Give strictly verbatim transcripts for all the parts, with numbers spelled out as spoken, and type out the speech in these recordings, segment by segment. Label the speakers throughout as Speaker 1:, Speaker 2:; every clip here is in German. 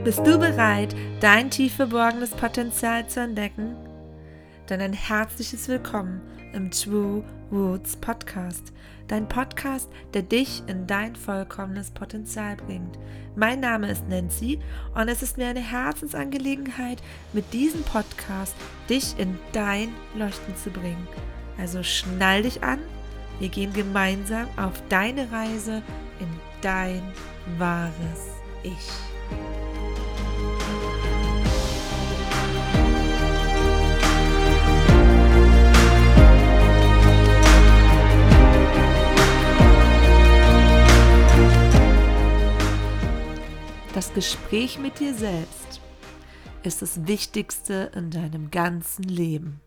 Speaker 1: Bist du bereit, dein tief verborgenes Potenzial zu entdecken? Dann ein herzliches Willkommen im True Roots Podcast. Dein Podcast, der dich in dein vollkommenes Potenzial bringt. Mein Name ist Nancy und es ist mir eine Herzensangelegenheit, mit diesem Podcast dich in dein Leuchten zu bringen. Also schnall dich an, wir gehen gemeinsam auf deine Reise in dein wahres Ich. Das Gespräch mit dir selbst ist das Wichtigste in deinem ganzen Leben.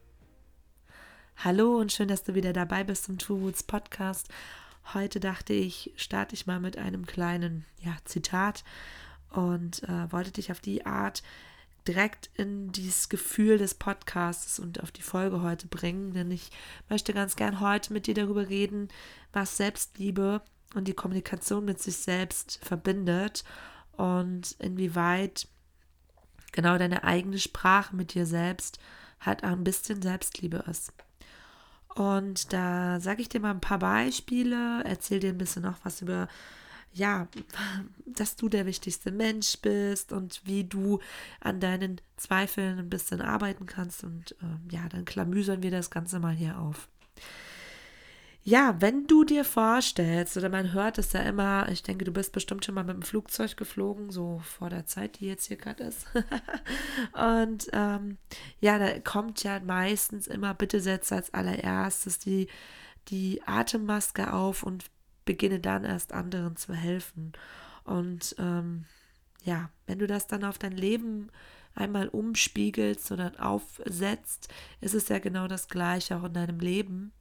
Speaker 1: Hallo und schön, dass du wieder dabei bist zum True Roots Podcast. Heute dachte ich, starte ich mal mit einem kleinen ja, Zitat und äh, wollte dich auf die Art direkt in dieses Gefühl des Podcasts und auf die Folge heute bringen, denn ich möchte ganz gern heute mit dir darüber reden, was Selbstliebe und die Kommunikation mit sich selbst verbindet und inwieweit genau deine eigene Sprache mit dir selbst halt auch ein bisschen Selbstliebe ist. Und da sage ich dir mal ein paar Beispiele, erzähle dir ein bisschen noch was über, ja, dass du der wichtigste Mensch bist und wie du an deinen Zweifeln ein bisschen arbeiten kannst. Und äh, ja, dann klamüsern wir das Ganze mal hier auf. Ja, wenn du dir vorstellst, oder man hört es ja immer, ich denke, du bist bestimmt schon mal mit dem Flugzeug geflogen, so vor der Zeit, die jetzt hier gerade ist. Und ähm, ja, da kommt ja meistens immer, bitte setze als allererstes die, die Atemmaske auf und beginne dann erst anderen zu helfen. Und ähm, ja, wenn du das dann auf dein Leben einmal umspiegelst oder aufsetzt, ist es ja genau das Gleiche auch in deinem Leben.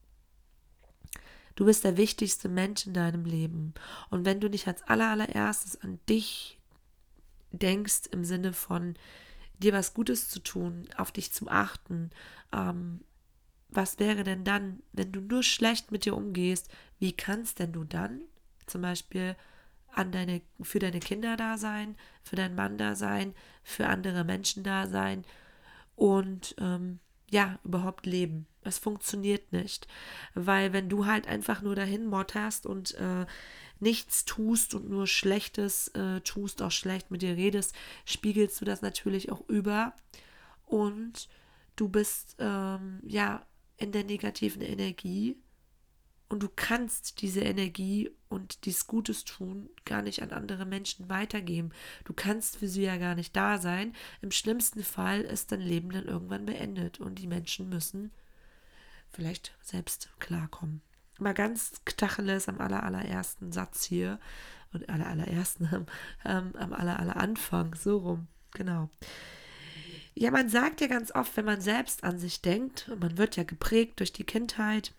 Speaker 1: Du bist der wichtigste Mensch in deinem Leben. Und wenn du nicht als allererstes an dich denkst, im Sinne von dir was Gutes zu tun, auf dich zu achten, ähm, was wäre denn dann, wenn du nur schlecht mit dir umgehst, wie kannst denn du dann zum Beispiel an deine, für deine Kinder da sein, für deinen Mann da sein, für andere Menschen da sein und ähm, ja, überhaupt leben. Es funktioniert nicht, weil wenn du halt einfach nur dahin motterst und äh, nichts tust und nur Schlechtes äh, tust, auch schlecht mit dir redest, spiegelst du das natürlich auch über und du bist ähm, ja in der negativen Energie und du kannst diese Energie und dieses Gutes tun gar nicht an andere Menschen weitergeben. Du kannst für sie ja gar nicht da sein. Im schlimmsten Fall ist dein Leben dann irgendwann beendet und die Menschen müssen vielleicht selbst klarkommen. Mal ganz Tacheles am aller, allerersten Satz hier und aller, allerersten, ähm, am aller, aller Anfang, so rum, genau. Ja, man sagt ja ganz oft, wenn man selbst an sich denkt, und man wird ja geprägt durch die Kindheit,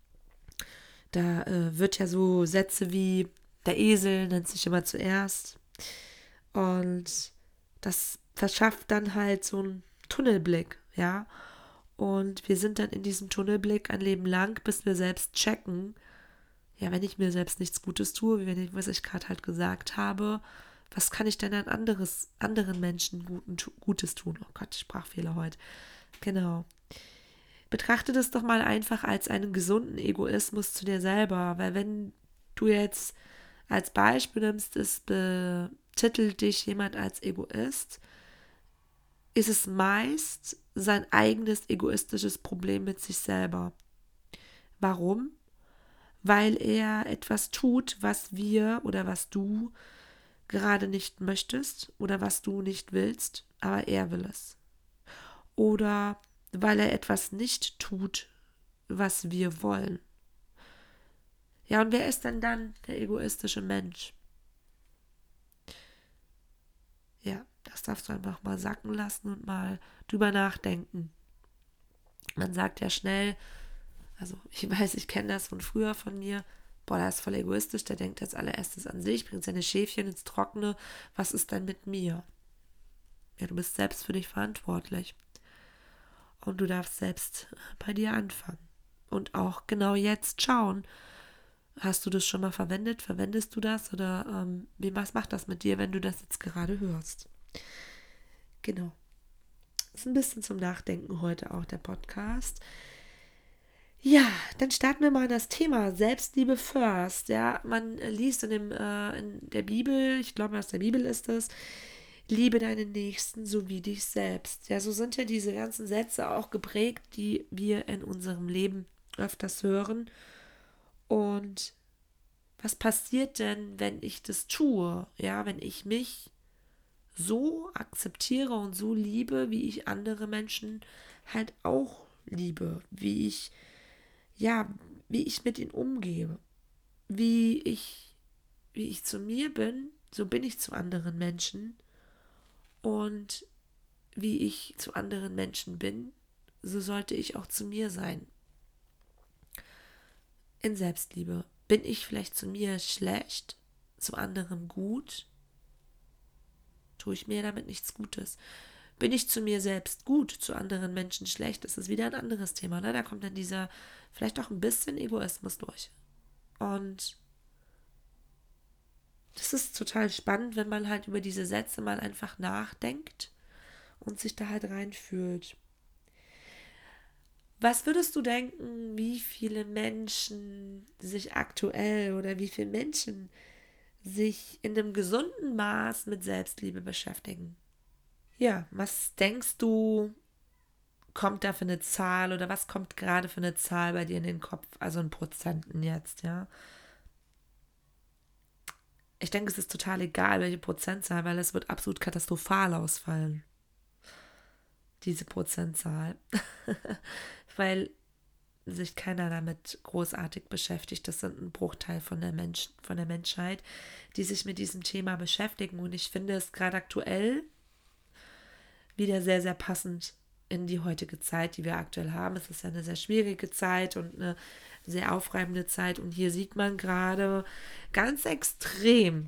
Speaker 1: da äh, wird ja so Sätze wie der Esel nennt sich immer zuerst und das verschafft dann halt so einen Tunnelblick, ja. Und wir sind dann in diesem Tunnelblick ein Leben lang, bis wir selbst checken, ja, wenn ich mir selbst nichts Gutes tue, wie wenn ich, was ich gerade halt gesagt habe, was kann ich denn an anderes, anderen Menschen Guten, Gutes tun? Oh Gott, Sprachfehler heute. Genau. Betrachte das doch mal einfach als einen gesunden Egoismus zu dir selber, weil wenn du jetzt als Beispiel nimmst, es betitelt dich jemand als Egoist, ist es meist sein eigenes egoistisches Problem mit sich selber. Warum? Weil er etwas tut, was wir oder was du gerade nicht möchtest oder was du nicht willst, aber er will es. Oder weil er etwas nicht tut, was wir wollen. Ja, und wer ist denn dann der egoistische Mensch? Ja, das darfst du einfach mal sacken lassen und mal drüber nachdenken. Man sagt ja schnell, also ich weiß, ich kenne das von früher von mir, boah, der ist voll egoistisch, der denkt als allererstes an sich, bringt seine Schäfchen ins Trockene, was ist denn mit mir? Ja, du bist selbst für dich verantwortlich. Und du darfst selbst bei dir anfangen. Und auch genau jetzt schauen, hast du das schon mal verwendet? Verwendest du das? Oder ähm, wie, was macht das mit dir, wenn du das jetzt gerade hörst? Genau. Ist ein bisschen zum Nachdenken heute auch der Podcast. Ja, dann starten wir mal in das Thema Selbstliebe first. Ja, man liest in, dem, äh, in der Bibel, ich glaube aus der Bibel ist es, liebe deinen Nächsten so wie dich selbst. Ja, so sind ja diese ganzen Sätze auch geprägt, die wir in unserem Leben öfters hören. Und was passiert denn, wenn ich das tue? Ja, wenn ich mich so akzeptiere und so liebe, wie ich andere Menschen halt auch liebe, wie ich, ja, wie ich mit ihnen umgehe, wie ich, wie ich zu mir bin, so bin ich zu anderen Menschen und wie ich zu anderen Menschen bin, so sollte ich auch zu mir sein. In Selbstliebe. Bin ich vielleicht zu mir schlecht, zu anderen gut? Tue ich mir damit nichts Gutes? Bin ich zu mir selbst gut, zu anderen Menschen schlecht? Das ist wieder ein anderes Thema. Ne? Da kommt dann dieser vielleicht auch ein bisschen Egoismus durch. Und das ist total spannend, wenn man halt über diese Sätze mal einfach nachdenkt und sich da halt reinfühlt. Was würdest du denken, wie viele Menschen sich aktuell oder wie viele Menschen sich in einem gesunden Maß mit Selbstliebe beschäftigen? Ja, was denkst du, kommt da für eine Zahl oder was kommt gerade für eine Zahl bei dir in den Kopf? Also in Prozenten jetzt, ja. Ich denke, es ist total egal, welche Prozentzahl, weil es wird absolut katastrophal ausfallen, diese Prozentzahl. Weil sich keiner damit großartig beschäftigt. Das sind ein Bruchteil von der Mensch, von der Menschheit, die sich mit diesem Thema beschäftigen. Und ich finde es gerade aktuell wieder sehr, sehr passend in die heutige Zeit, die wir aktuell haben. Es ist ja eine sehr schwierige Zeit und eine sehr aufreibende Zeit. Und hier sieht man gerade ganz extrem,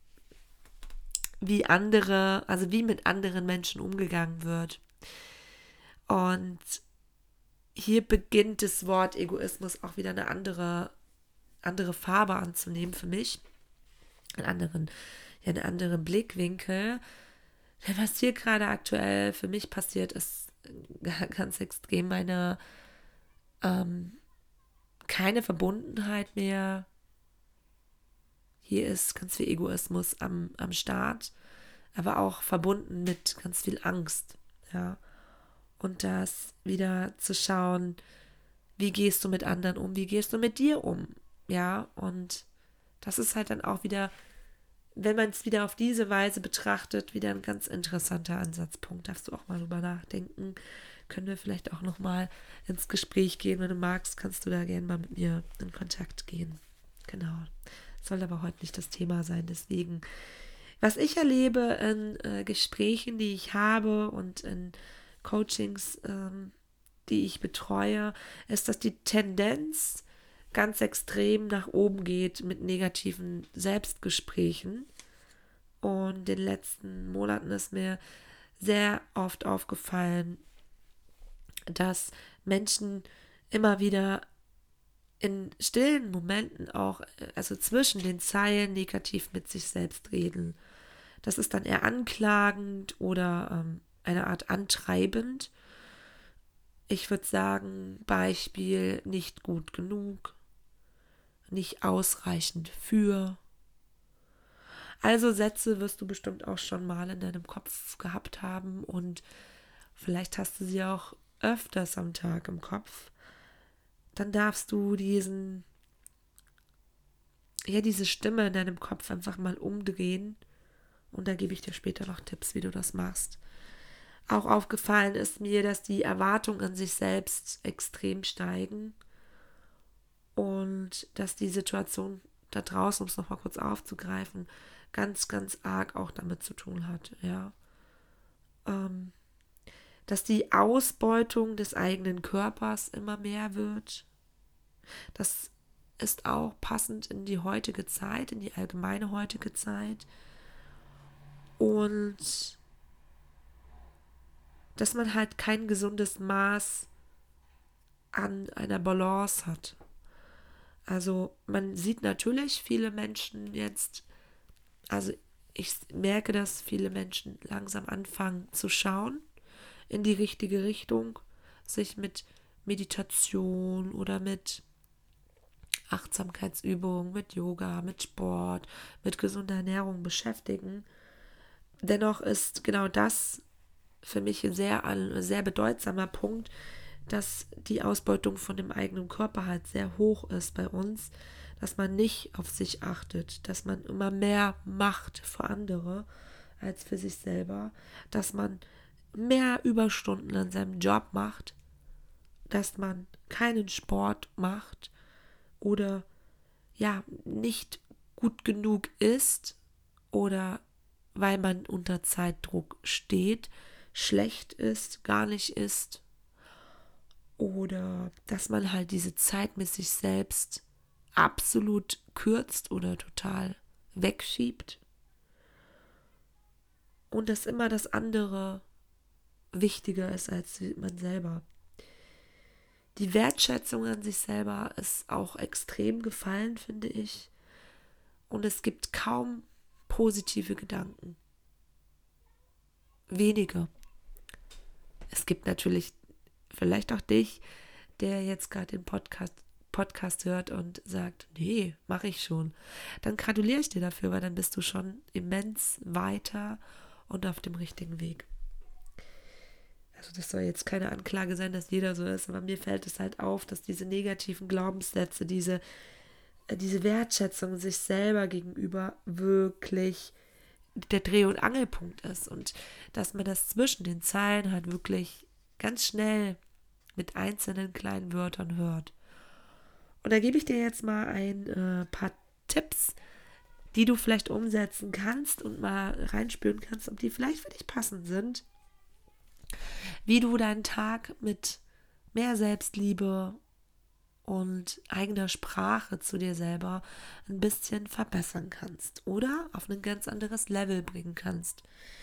Speaker 1: wie andere, also wie mit anderen Menschen umgegangen wird. Und hier beginnt das Wort Egoismus auch wieder eine andere, andere Farbe anzunehmen für mich. Einen anderen, ja, einen anderen Blickwinkel. Denn was hier gerade aktuell für mich passiert, ist ganz extrem eine ähm, keine Verbundenheit mehr. Hier ist ganz viel Egoismus am, am Start, aber auch verbunden mit ganz viel Angst. Ja. Und das wieder zu schauen, wie gehst du mit anderen um, wie gehst du mit dir um. Ja, und das ist halt dann auch wieder, wenn man es wieder auf diese Weise betrachtet, wieder ein ganz interessanter Ansatzpunkt. Darfst du auch mal drüber nachdenken. Können wir vielleicht auch nochmal ins Gespräch gehen. Wenn du magst, kannst du da gerne mal mit mir in Kontakt gehen. Genau. Soll aber heute nicht das Thema sein. Deswegen, was ich erlebe in äh, Gesprächen, die ich habe und in Coachings, ähm, die ich betreue, ist, dass die Tendenz ganz extrem nach oben geht mit negativen Selbstgesprächen. Und in den letzten Monaten ist mir sehr oft aufgefallen, dass Menschen immer wieder in stillen Momenten auch, also zwischen den Zeilen, negativ mit sich selbst reden. Das ist dann eher anklagend oder ähm, eine Art antreibend. Ich würde sagen, Beispiel nicht gut genug, nicht ausreichend für. Also Sätze wirst du bestimmt auch schon mal in deinem Kopf gehabt haben und vielleicht hast du sie auch öfters am Tag im Kopf. Dann darfst du diesen, ja, diese Stimme in deinem Kopf einfach mal umdrehen und da gebe ich dir später noch Tipps, wie du das machst. Auch aufgefallen ist mir, dass die Erwartungen an sich selbst extrem steigen und dass die Situation da draußen, um es nochmal kurz aufzugreifen, ganz, ganz arg auch damit zu tun hat, ja. Ähm, dass die Ausbeutung des eigenen Körpers immer mehr wird. Das ist auch passend in die heutige Zeit, in die allgemeine heutige Zeit. Und dass man halt kein gesundes Maß an einer Balance hat. Also man sieht natürlich viele Menschen jetzt, also ich merke, dass viele Menschen langsam anfangen zu schauen in die richtige Richtung, sich mit Meditation oder mit Achtsamkeitsübungen, mit Yoga, mit Sport, mit gesunder Ernährung beschäftigen. Dennoch ist genau das für mich ein sehr, ein sehr bedeutsamer Punkt, dass die Ausbeutung von dem eigenen Körper halt sehr hoch ist bei uns, dass man nicht auf sich achtet, dass man immer mehr macht für andere als für sich selber, dass man mehr Überstunden an seinem Job macht, dass man keinen Sport macht oder ja, nicht gut genug ist oder weil man unter Zeitdruck steht, schlecht ist, gar nicht ist oder dass man halt diese Zeit mit sich selbst absolut kürzt oder total wegschiebt und dass immer das andere wichtiger ist als man selber. Die Wertschätzung an sich selber ist auch extrem gefallen, finde ich. Und es gibt kaum positive Gedanken. Wenige. Es gibt natürlich vielleicht auch dich, der jetzt gerade den Podcast, Podcast hört und sagt, nee, mache ich schon. Dann gratuliere ich dir dafür, weil dann bist du schon immens weiter und auf dem richtigen Weg. Also das soll jetzt keine Anklage sein, dass jeder so ist, aber mir fällt es halt auf, dass diese negativen Glaubenssätze, diese, diese Wertschätzung sich selber gegenüber wirklich der Dreh- und Angelpunkt ist und dass man das zwischen den Zeilen halt wirklich ganz schnell mit einzelnen kleinen Wörtern hört. Und da gebe ich dir jetzt mal ein äh, paar Tipps, die du vielleicht umsetzen kannst und mal reinspüren kannst, ob die vielleicht für dich passend sind. Wie du deinen Tag mit mehr Selbstliebe und eigener Sprache zu dir selber ein bisschen verbessern kannst oder auf ein ganz anderes Level bringen kannst.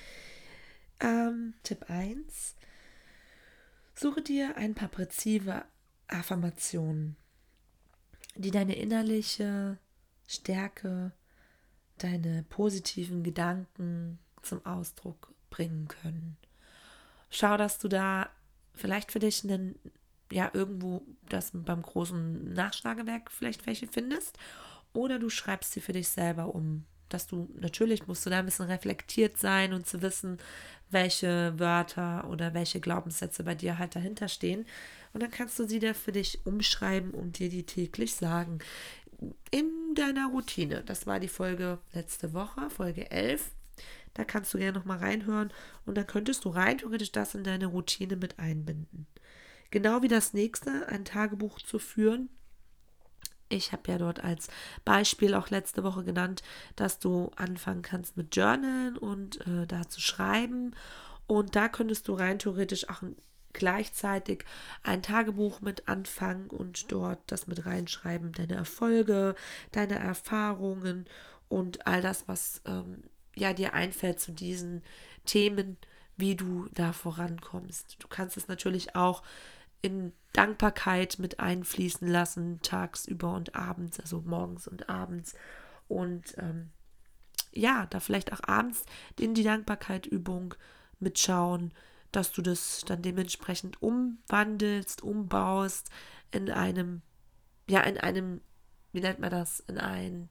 Speaker 1: Ähm, Tipp eins. Suche dir ein paar präzise Affirmationen, die deine innerliche Stärke, deine positiven Gedanken zum Ausdruck bringen können. Schau, dass du da vielleicht für dich einen, ja, irgendwo das beim großen Nachschlagewerk vielleicht welche findest oder du schreibst sie für dich selber um. Dass du, natürlich musst du da ein bisschen reflektiert sein und zu wissen, welche Wörter oder welche Glaubenssätze bei dir halt dahinter stehen. Und dann kannst du sie da für dich umschreiben und dir die täglich sagen. In deiner Routine. Das war die Folge letzte Woche, Folge elf. Da kannst du gerne nochmal reinhören und dann könntest du rein theoretisch das in deine Routine mit einbinden. Genau wie das nächste, ein Tagebuch zu führen. Ich habe ja dort als Beispiel auch letzte Woche genannt, dass du anfangen kannst mit Journalen und äh, da zu schreiben. Und da könntest du rein theoretisch auch gleichzeitig ein Tagebuch mit anfangen und dort das mit reinschreiben. Deine Erfolge, deine Erfahrungen und all das, was ähm, ja dir einfällt zu diesen Themen, wie du da vorankommst. Du kannst es natürlich auch in Dankbarkeit mit einfließen lassen, tagsüber und abends, also morgens und abends. Und ähm, ja, da vielleicht auch abends in die Dankbarkeit-Übung mitschauen, dass du das dann dementsprechend umwandelst, umbaust in einem, ja, in einem, wie nennt man das, in ein,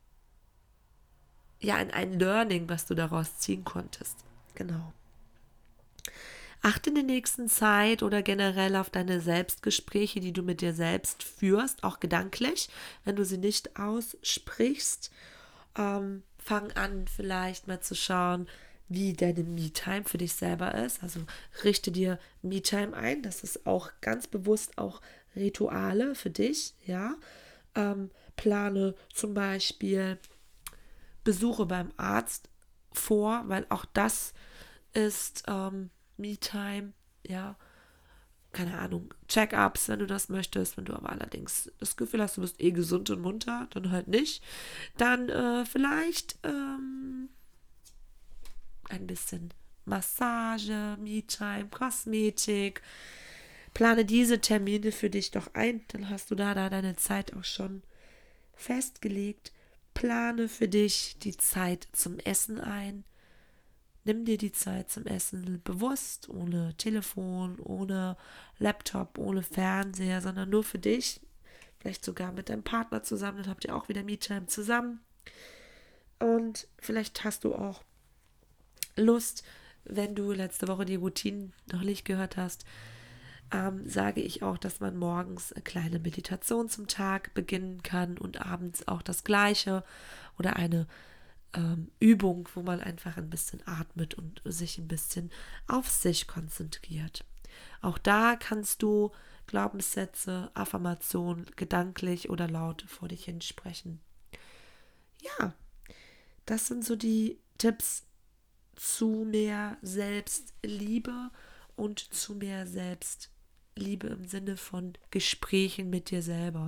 Speaker 1: ja, in ein Learning, was du daraus ziehen konntest. Genau. Achte in der nächsten Zeit oder generell auf deine Selbstgespräche, die du mit dir selbst führst, auch gedanklich, wenn du sie nicht aussprichst. Ähm, fang an, vielleicht mal zu schauen, wie deine Me-Time für dich selber ist. Also richte dir Me-Time ein. Das ist auch ganz bewusst auch Rituale für dich, ja. Ähm, plane zum Beispiel Besuche beim Arzt vor, weil auch das ist ähm, Me-Time, ja, keine Ahnung, Check-ups, wenn du das möchtest, wenn du aber allerdings das Gefühl hast, du bist eh gesund und munter, dann halt nicht, dann äh, vielleicht ähm, ein bisschen Massage, Me-Time, Kosmetik, plane diese Termine für dich doch ein, dann hast du da, da deine Zeit auch schon festgelegt plane für dich die Zeit zum Essen ein. Nimm dir die Zeit zum Essen bewusst, ohne Telefon, ohne Laptop, ohne Fernseher, sondern nur für dich. Vielleicht sogar mit deinem Partner zusammen, dann habt ihr auch wieder Me-Time zusammen. Und vielleicht hast du auch Lust, wenn du letzte Woche die Routinen noch nicht gehört hast, ähm, sage ich auch, dass man morgens eine kleine Meditation zum Tag beginnen kann und abends auch das Gleiche oder eine ähm, Übung, wo man einfach ein bisschen atmet und sich ein bisschen auf sich konzentriert. Auch da kannst du Glaubenssätze, Affirmationen gedanklich oder laut vor dich hinsprechen. Ja, das sind so die Tipps zu mehr Selbstliebe und zu mehr Selbstliebe im Sinne von Gesprächen mit dir selber.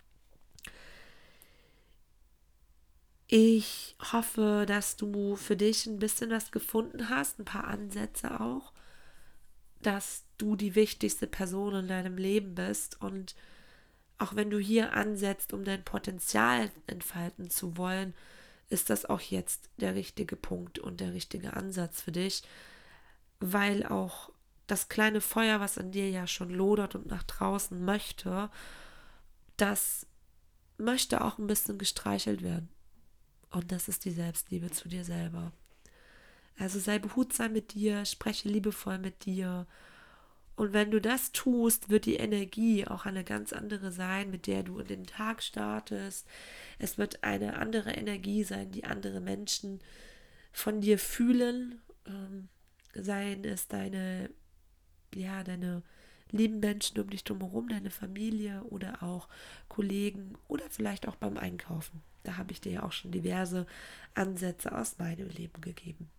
Speaker 1: Ich hoffe, dass du für dich ein bisschen was gefunden hast, ein paar Ansätze auch, dass du die wichtigste Person in deinem Leben bist und auch wenn du hier ansetzt, um dein Potenzial entfalten zu wollen, ist das auch jetzt der richtige Punkt und der richtige Ansatz für dich, weil auch das kleine Feuer, was in dir ja schon lodert und nach draußen möchte, das möchte auch ein bisschen gestreichelt werden. Und das ist die Selbstliebe zu dir selber. Also sei behutsam mit dir, spreche liebevoll mit dir. Und wenn du das tust, wird die Energie auch eine ganz andere sein, mit der du in den Tag startest. Es wird eine andere Energie sein, die andere Menschen von dir fühlen. Ähm, seien es deine, ja, deine lieben Menschen um dich drumherum, deine Familie oder auch Kollegen oder vielleicht auch beim Einkaufen. Da habe ich dir ja auch schon diverse Ansätze aus meinem Leben gegeben.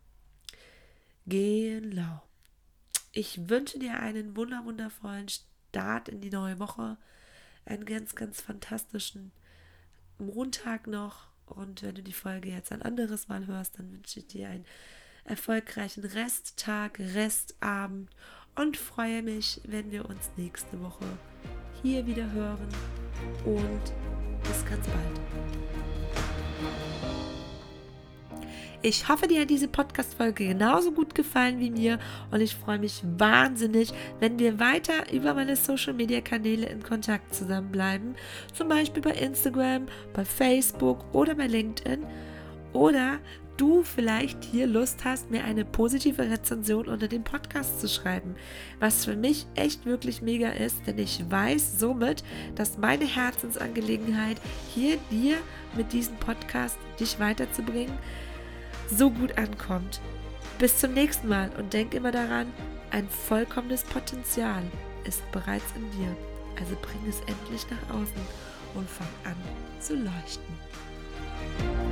Speaker 1: Genau. Ich wünsche dir einen wunder wundervollen Start in die neue Woche, einen ganz, ganz fantastischen Montag noch und wenn du die Folge jetzt ein anderes Mal hörst, dann wünsche ich dir einen erfolgreichen Resttag, Restabend und freue mich, wenn wir uns nächste Woche hier wieder hören und bis ganz bald. Ich hoffe, dir hat diese Podcast-Folge genauso gut gefallen wie mir und ich freue mich wahnsinnig, wenn wir weiter über meine Social-Media-Kanäle in Kontakt zusammenbleiben, zum Beispiel bei Instagram, bei Facebook oder bei LinkedIn oder du vielleicht hier Lust hast, mir eine positive Rezension unter dem Podcast zu schreiben, was für mich echt wirklich mega ist, denn ich weiß somit, dass meine Herzensangelegenheit hier dir mit diesem Podcast dich weiterzubringen, so gut ankommt. Bis zum nächsten Mal und denk immer daran, ein vollkommenes Potenzial ist bereits in dir. Also bring es endlich nach außen und fang an zu leuchten.